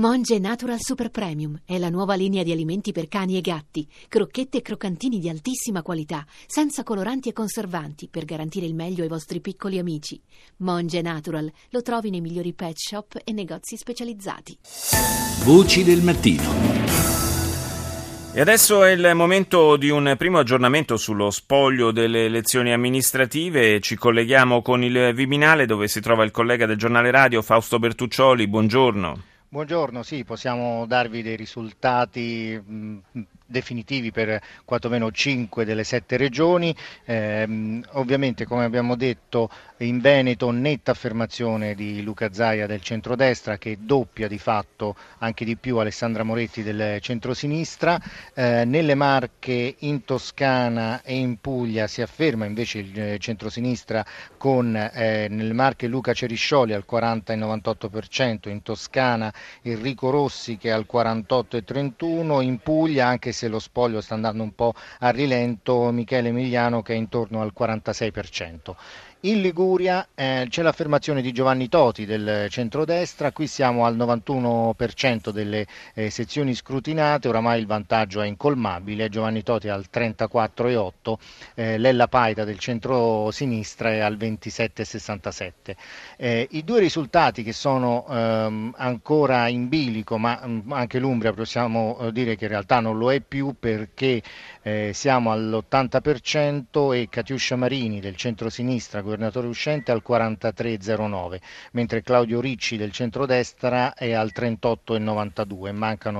Monge Natural Super Premium è la nuova linea di alimenti per cani e gatti, crocchette e croccantini di altissima qualità, senza coloranti e conservanti, per garantire il meglio ai vostri piccoli amici. Monge Natural lo trovi nei migliori pet shop e negozi specializzati. Voci del mattino. E adesso è il momento di un primo aggiornamento sullo spoglio delle elezioni amministrative. Ci colleghiamo con il Viminale, dove si trova il collega del giornale radio Fausto Bertuccioli. Buongiorno. Buongiorno, sì, possiamo darvi dei risultati definitivi per quantomeno 5 delle 7 regioni. Ovviamente, come abbiamo detto, in Veneto netta affermazione di Luca Zaia del centrodestra, che doppia di fatto anche di più Alessandra Moretti del centrosinistra. Nelle Marche, in Toscana e in Puglia si afferma invece il centrosinistra con nelle Marche Luca Ceriscioli al 40 e 98%, in Toscana Enrico Rossi che è al 48,31%, in Puglia, anche se lo spoglio sta andando un po' a rilento, Michele Emiliano che è intorno al 46%. In Liguria c'è l'affermazione di Giovanni Toti del centrodestra, qui siamo al 91% delle sezioni scrutinate, oramai il vantaggio è incolmabile, Giovanni Toti è al 34,8%, Lella Paita del centro-sinistra è al 27,67%. I due risultati che sono ancora in bilico, ma anche l'Umbria possiamo dire che in realtà non lo è più, perché siamo all'80% e Catiuscia Marini del centro-sinistra, governatore uscente, al 43,09%, mentre Claudio Ricci del centrodestra è al 38,92%.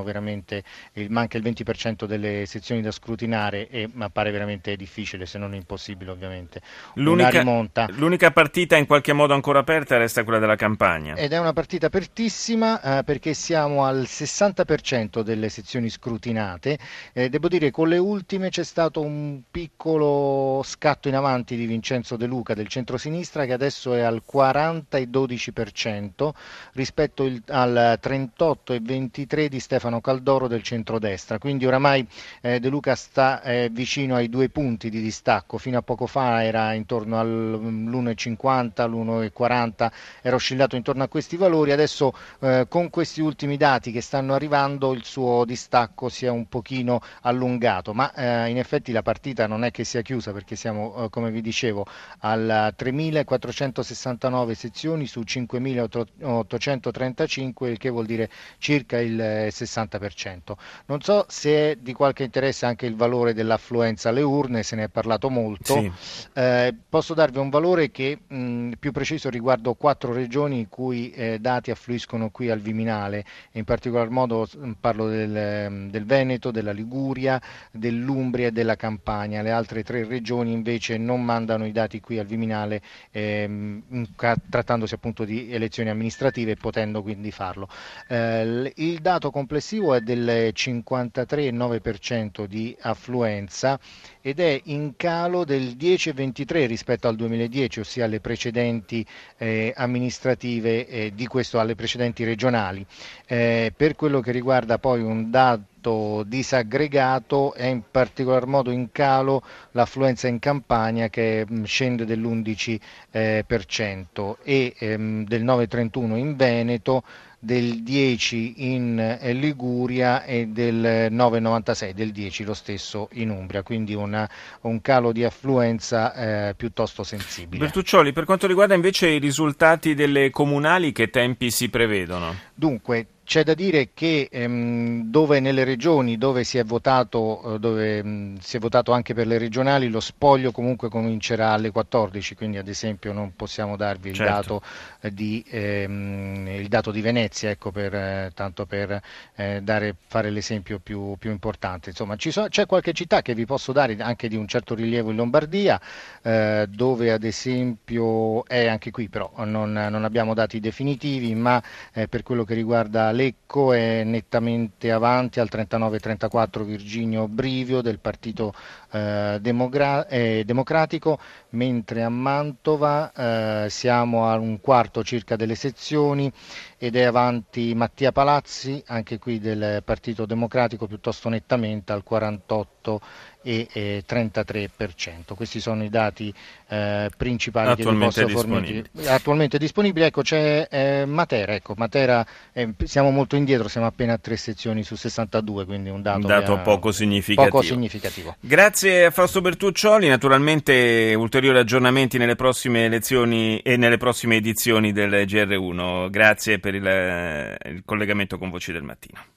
Manca il 20% delle sezioni da scrutinare e appare veramente difficile, se non impossibile ovviamente, una rimonta. L'unica partita in qualche modo ancora aperta resta quella della Campania. Ed è una partita apertissima perché siamo al 60% delle sezioni scrutinate. Devo dire, con le ultime c'è stato un piccolo scatto in avanti di Vincenzo De Luca del centrosinistra, che adesso è al 40,12% rispetto al 38,23% di Stefano Caldoro del centrodestra, quindi oramai De Luca sta vicino ai 2 punti di distacco. Fino a poco fa era intorno all'1,50, l'1,40, era oscillato intorno a questi valori. Adesso con questi ultimi dati che stanno arrivando il suo distacco si è un pochino allungato, ma in effetti la partita non è che sia chiusa, perché siamo, come vi dicevo, al 3.469 sezioni su 5.835, il che vuol dire circa il 60%. Non so se è di qualche interesse anche il valore dell'affluenza alle urne, se ne è parlato molto. Sì. Posso darvi un valore che più preciso riguardo 4 regioni in cui dati affluiscono qui al Viminale, e in particolar modo parlo del Veneto, della Liguria, dell'Umbria e della Campania. Le altre 3 regioni invece non mandano i dati qui al Viminale, trattandosi appunto di elezioni amministrative, potendo quindi farlo. Il dato complessivo è del 53,9% di affluenza ed è in calo del 10,23% rispetto al 2010, ossia alle precedenti amministrative alle precedenti regionali. Per quello che riguarda poi un dato disaggregato, è in particolar modo in calo l'affluenza in Campania, che scende dell'11% e del 9,31% in Veneto, del 10% in Liguria e del 9,96%, del 10% lo stesso in Umbria, quindi un calo di affluenza piuttosto sensibile. Bertuccioli, per quanto riguarda invece i risultati delle comunali, che tempi si prevedono? Dunque, c'è da dire che dove nelle regioni dove si è votato anche per le regionali, lo spoglio comunque comincerà alle 14, quindi ad esempio non possiamo darvi il dato di Venezia, ecco, tanto per fare l'esempio più importante. Insomma, c'è qualche città che vi posso dare anche di un certo rilievo in Lombardia, dove ad esempio anche qui però non abbiamo dati definitivi, ma per quello che riguarda Lecco è nettamente avanti al 39-34 Virginio Brivio del Partito Democratico, mentre a Mantova siamo a un quarto circa delle sezioni ed è avanti Mattia Palazzi, anche qui del Partito Democratico, piuttosto nettamente al 48 e 33%. Questi sono i dati principali che vi posso fornire. Attualmente disponibili. Ecco, c'è Matera. Matera siamo molto indietro, siamo appena a 3 sezioni su 62, quindi un dato poco significativo. Grazie a Fausto Bertuccioli. Naturalmente ulteriori aggiornamenti nelle prossime elezioni e nelle prossime edizioni del GR1. Grazie per il collegamento con Voci del Mattino.